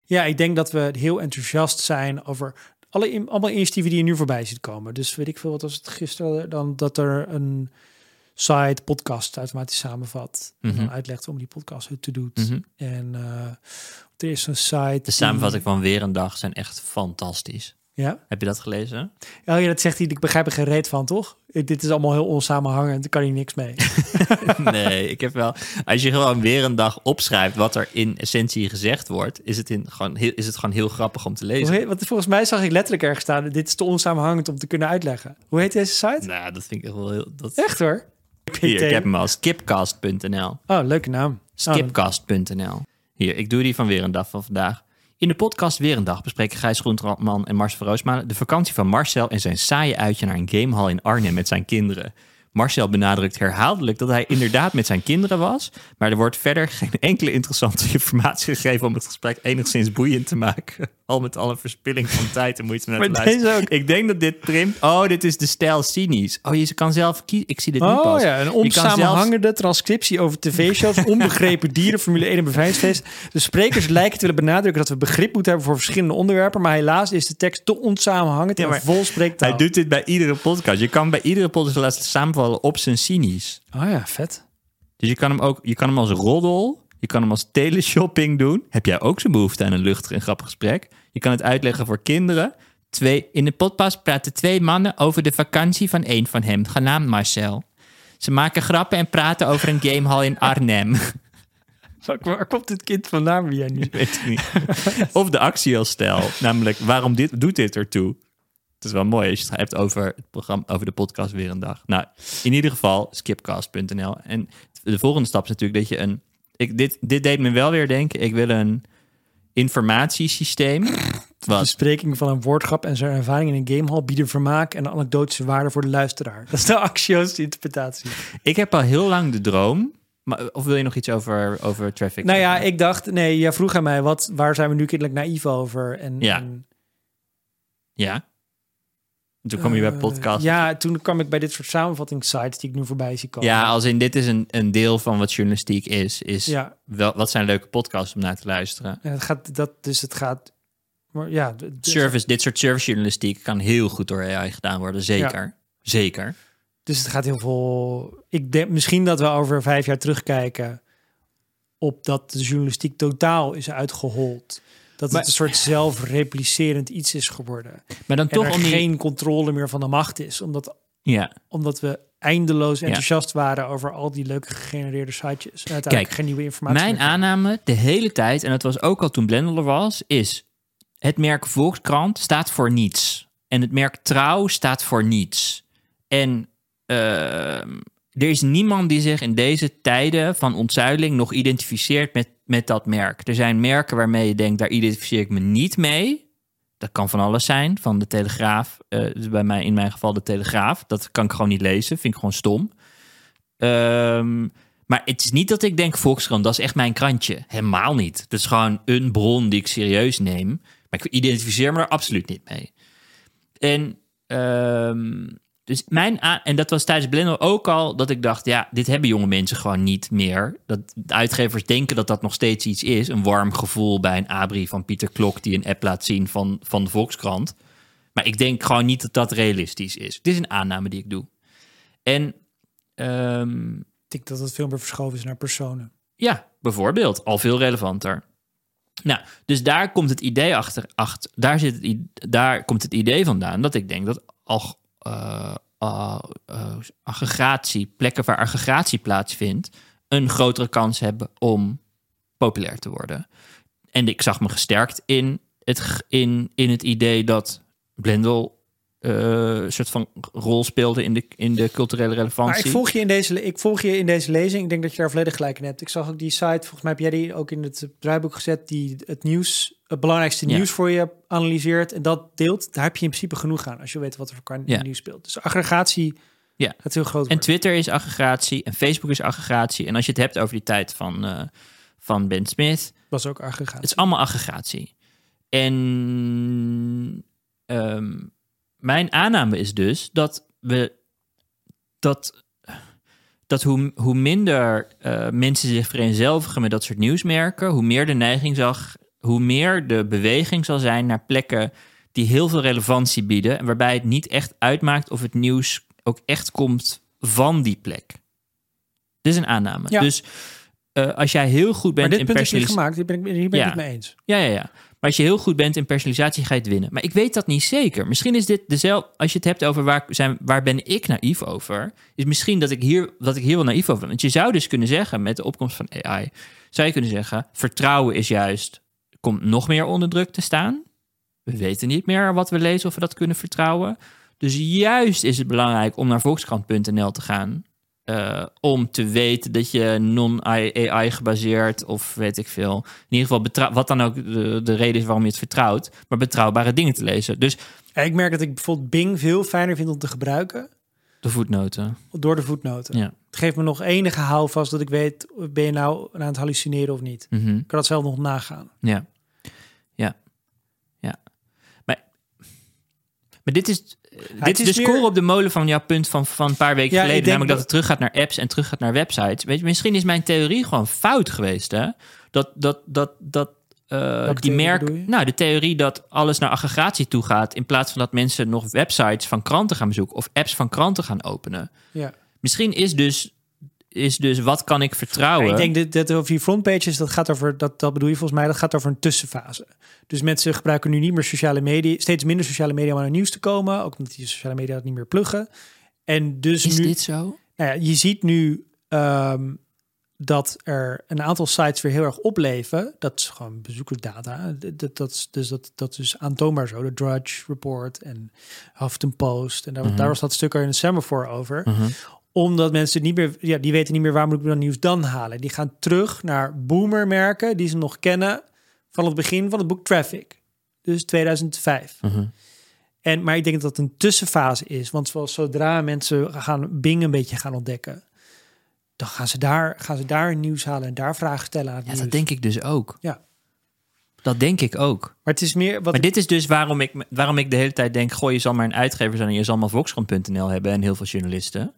Ja, ik denk dat we heel enthousiast zijn over allemaal initiatieven die je nu voorbij ziet komen. Dus weet ik veel, wat was het gisteren dan, dat er een site podcast automatisch samenvat. En dan uitlegt om die podcast te doen. En er is een site... De samenvatting van Weer een Dag zijn echt fantastisch. Ja? Heb je dat gelezen? Oh ja, dat zegt hij. Ik begrijp er geen reet van, toch? Dit is allemaal heel onsamenhangend. Daar kan hij niks mee. Nee, ik heb wel... Als je gewoon Weer een Dag opschrijft wat er in essentie gezegd wordt, is het gewoon heel grappig om te lezen. Want volgens mij zag ik letterlijk ergens staan, dit is te onsamenhangend om te kunnen uitleggen. Hoe heet deze site? Nou, dat vind ik echt wel heel... Echt hoor? Hier, ik heb hem al. Skipcast.nl. Oh, leuke naam. Skipcast.nl. Hier, ik doe die van Weer een Dag van vandaag. In de podcast Weer een Dag bespreken Gijs Groenteman en Marcel van Roosmalen de vakantie van Marcel en zijn saaie uitje naar een gamehall in Arnhem met zijn kinderen. Marcel benadrukt herhaaldelijk dat hij inderdaad met zijn kinderen was, maar er wordt verder geen enkele interessante informatie gegeven om het gesprek enigszins boeiend te maken. Al met alle verspilling van tijd en moeite naar te luisteren. Ook. Ik denk dat dit primt... Oh, dit is de stijl cynisch. Oh, je kan zelf kiezen. Ik zie dit niet pas. Oh ja, een onsamenhangende transcriptie over tv-shows, onbegrepen dieren, Formule 1 en bevrijdingsfeest. De sprekers lijken te willen benadrukken dat we begrip moeten hebben voor verschillende onderwerpen, maar helaas is de tekst te onsamenhangend en vol spreektaal. Hij doet dit bij iedere podcast. Je kan bij iedere podcast laten samenvallen op zijn cynisch. Oh ja, vet. Dus je kan hem als roddel, je kan hem als teleshopping doen. Heb jij ook zo'n behoefte aan een luchtig en grappig gesprek? Je kan het uitleggen voor kinderen. In de podcast praten 2 mannen over de vakantie van één van hem, genaamd Marcel. Ze maken grappen en praten over een gamehall in Arnhem. Waar komt dit kind vandaan wie jij nu? Weet ik niet. Of de Axios-stijl. Namelijk, waarom doet dit ertoe? Het is wel mooi als je het hebt over het programma, over de podcast Weer een Dag. Nou, in ieder geval skipcast.nl. En de volgende stap is natuurlijk dat je dit deed me wel weer denken. Ik wil een informatiesysteem. De bespreking van een woordgrap en zijn ervaring in een gamehall bieden vermaak en anekdotische waarde voor de luisteraar. Dat is de Axios-interpretatie. Ik heb al heel lang de droom. Of wil je nog iets over traffic? Nou ja, ik dacht, jij vroeg aan mij, waar zijn we nu kindelijk naïef over? Ja. Toen kwam je bij podcast. Ja, toen kwam ik bij dit soort samenvattingssites die ik nu voorbij zie komen. Ja, als in dit is een deel van wat journalistiek is wel, wat zijn leuke podcasts om naar te luisteren. Ja, het gaat. Maar ja, dit soort servicejournalistiek kan heel goed door AI gedaan worden, zeker. Ja. Zeker. Dus het gaat heel veel. Ik denk misschien dat we over 5 jaar terugkijken op dat de journalistiek totaal is uitgehold. Dat het een soort zelfreplicerend iets is geworden. Maar dan toch geen controle meer van de macht is. Omdat we eindeloos enthousiast waren over al die leuke gegenereerde sitejes. En uiteindelijk geen nieuwe informatie. Mijn aanname de hele tijd, en dat was ook al toen Blendel er was, is het merk Volkskrant staat voor niets. En het merk Trouw staat voor niets. En er is niemand die zich in deze tijden van ontzuiling nog identificeert met dat merk. Er zijn merken waarmee je denkt, daar identificeer ik me niet mee. Dat kan van alles zijn, van de Telegraaf. Dus in mijn geval de Telegraaf. Dat kan ik gewoon niet lezen, vind ik gewoon stom. Maar het is niet dat ik denk, Volkskrant, dat is echt mijn krantje. Helemaal niet. Dat is gewoon een bron die ik serieus neem. Maar ik identificeer me er absoluut niet mee. En dus en dat was tijdens Blender ook al, dat ik dacht, ja, dit hebben jonge mensen gewoon niet meer. Dat de uitgevers denken dat dat nog steeds iets is. Een warm gevoel bij een abri van Pieter Klok die een app laat zien van de Volkskrant. Maar ik denk gewoon niet dat dat realistisch is. Het is een aanname die ik doe. En ik denk dat het veel meer verschoven is naar personen. Ja, bijvoorbeeld. Al veel relevanter. Nou, dus daar komt het idee achter. Daar komt het idee vandaan dat ik denk dat plekken waar aggregatie plaatsvindt, een grotere kans hebben om populair te worden. En ik zag me gesterkt in het idee dat Blendel een soort van rol speelde in de culturele relevantie. Maar ik volg je in deze lezing. Ik denk dat je daar volledig gelijk in hebt. Ik zag ook die site, volgens mij heb jij die ook in het draaiboek gezet, die het belangrijkste nieuws voor je analyseert en dat deelt. Daar heb je in principe genoeg aan als je weet wat er voor nieuws speelt. Dus aggregatie gaat heel groot worden. En Twitter is aggregatie en Facebook is aggregatie. En als je het hebt over die tijd van Ben Smith, was ook aggregatie. Het is allemaal aggregatie. En mijn aanname is dus dat hoe minder mensen zich vereenzelvigen met dat soort nieuwsmerken, hoe meer de neiging hoe meer de beweging zal zijn naar plekken die heel veel relevantie bieden en waarbij het niet echt uitmaakt of het nieuws ook echt komt van die plek. Dit is een aanname. Ja. Dus als jij heel goed bent maar in dit punt is niet personalisatie... gemaakt, hier ben ik het mee eens. Ja. Maar als je heel goed bent in personalisatie, ga je het winnen. Maar ik weet dat niet zeker. Misschien is dit dezelfde... Als je het hebt over waar ben ik naïef over... is misschien dat ik hier wel naïef over ben. Want je zou dus kunnen zeggen, met de opkomst van AI... zou je kunnen zeggen, vertrouwen is juist... komt nog meer onder druk te staan. We weten niet meer wat we lezen of we dat kunnen vertrouwen. Dus juist is het belangrijk om naar Volkskrant.nl te gaan... om te weten dat je non-AI gebaseerd of weet ik veel... in ieder geval wat dan ook de reden is waarom je het vertrouwt... maar betrouwbare dingen te lezen. Dus Ja, ik merk dat ik bijvoorbeeld Bing veel fijner vind om te gebruiken... de voetnoten. door de voetnoten. Ja. Het geeft me nog enige houvast dat ik weet... ben je nou aan het hallucineren of niet? Mhm. Ik kan dat zelf nog nagaan. Ja. Maar dit is de score meer... op de molen van jouw punt van een paar weken Ja, geleden. ik denk Namelijk dat het terug gaat naar apps en terug gaat naar websites. Weet je, misschien is mijn theorie gewoon fout geweest. Hè? Die merk, nou, de theorie dat alles naar aggregatie toe gaat... in plaats van dat mensen nog websites van kranten gaan bezoeken... of apps van kranten gaan openen. Ja. Misschien is dus wat kan ik vertrouwen? Ja, ik denk dat over die frontpages, dat gaat over, dat bedoel je volgens mij, dat gaat over een tussenfase. Dus mensen gebruiken nu niet meer sociale media, steeds minder sociale media om aan het nieuws te komen, ook omdat die sociale media het niet meer pluggen. En dus is nu, dit zo? Nou ja, je ziet nu dat er een aantal sites weer heel erg opleven. Dat is gewoon bezoekersdata. Dat is aantoonbaar zo. De Drudge Report en Huffington Post. En daar was dat stuk er in de Semaphore over. Omdat mensen niet meer, die weten niet meer waar moet ik dan nieuws dan halen. Die gaan terug naar boomermerken die ze nog kennen van het begin van het boek Traffic. Dus 2005. Maar ik denk dat het een tussenfase is. Want zodra mensen gaan Bing een beetje gaan ontdekken, dan gaan ze daar nieuws halen en daar vragen stellen aan het nieuws. Dat denk ik dus ook. Ja. Dat denk ik ook. Maar het is meer... Maar dit is dus waarom ik de hele tijd denk... goh, je zal maar een uitgever zijn en je zal maar Volkskrant.nl hebben... en heel veel journalisten.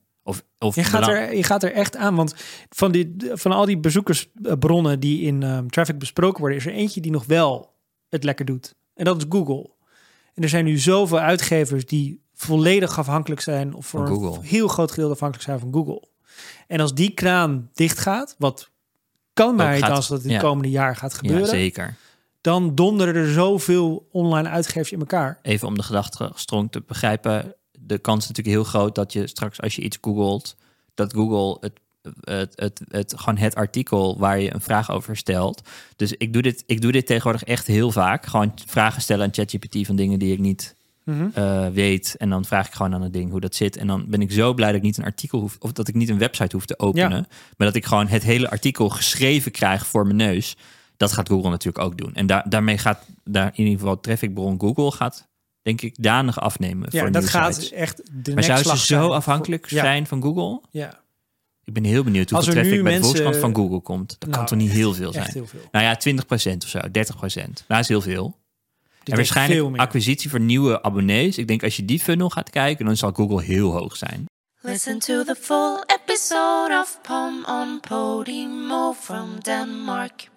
Je gaat er echt aan, want van al die bezoekersbronnen die in Traffic besproken worden, is er eentje die nog wel het lekker doet. En dat is Google. En er zijn nu zoveel uitgevers die volledig afhankelijk zijn, of voor een heel groot gedeelte afhankelijk zijn van Google. En als die kraan dicht gaat, wat kan maar niet als dat in het komende jaar gaat gebeuren. Ja, zeker. Dan donderen er zoveel online uitgevers in elkaar. Even om de gedachtestrong te begrijpen. De kans is natuurlijk heel groot dat je straks als je iets googelt, dat Google gewoon het artikel waar je een vraag over stelt. Dus ik doe dit tegenwoordig echt heel vaak. Gewoon vragen stellen aan ChatGPT van dingen die ik niet weet. En dan vraag ik gewoon aan het ding hoe dat zit. En dan ben ik zo blij dat ik niet een artikel hoef, of dat ik niet een website hoef te openen. Ja. Maar dat ik gewoon het hele artikel geschreven krijg voor mijn neus. Dat gaat Google natuurlijk ook doen. En daarmee gaat in ieder geval trafficbron Google gaat, denk ik, danig afnemen. Ja, voor dat gaat sites. echt de maar zou ze zo zijn afhankelijk zijn van Google? Ja. Ik ben heel benieuwd hoeveel traffic bij de Volkskrant van Google komt. Dat kan toch niet heel veel zijn? Heel veel. Nou ja, 20% of zo, 30%. Dat is heel veel. En waarschijnlijk acquisitie voor nieuwe abonnees. Ik denk als je die funnel gaat kijken, dan zal Google heel hoog zijn. Listen to the full episode of Pom on Podimo from Denmark.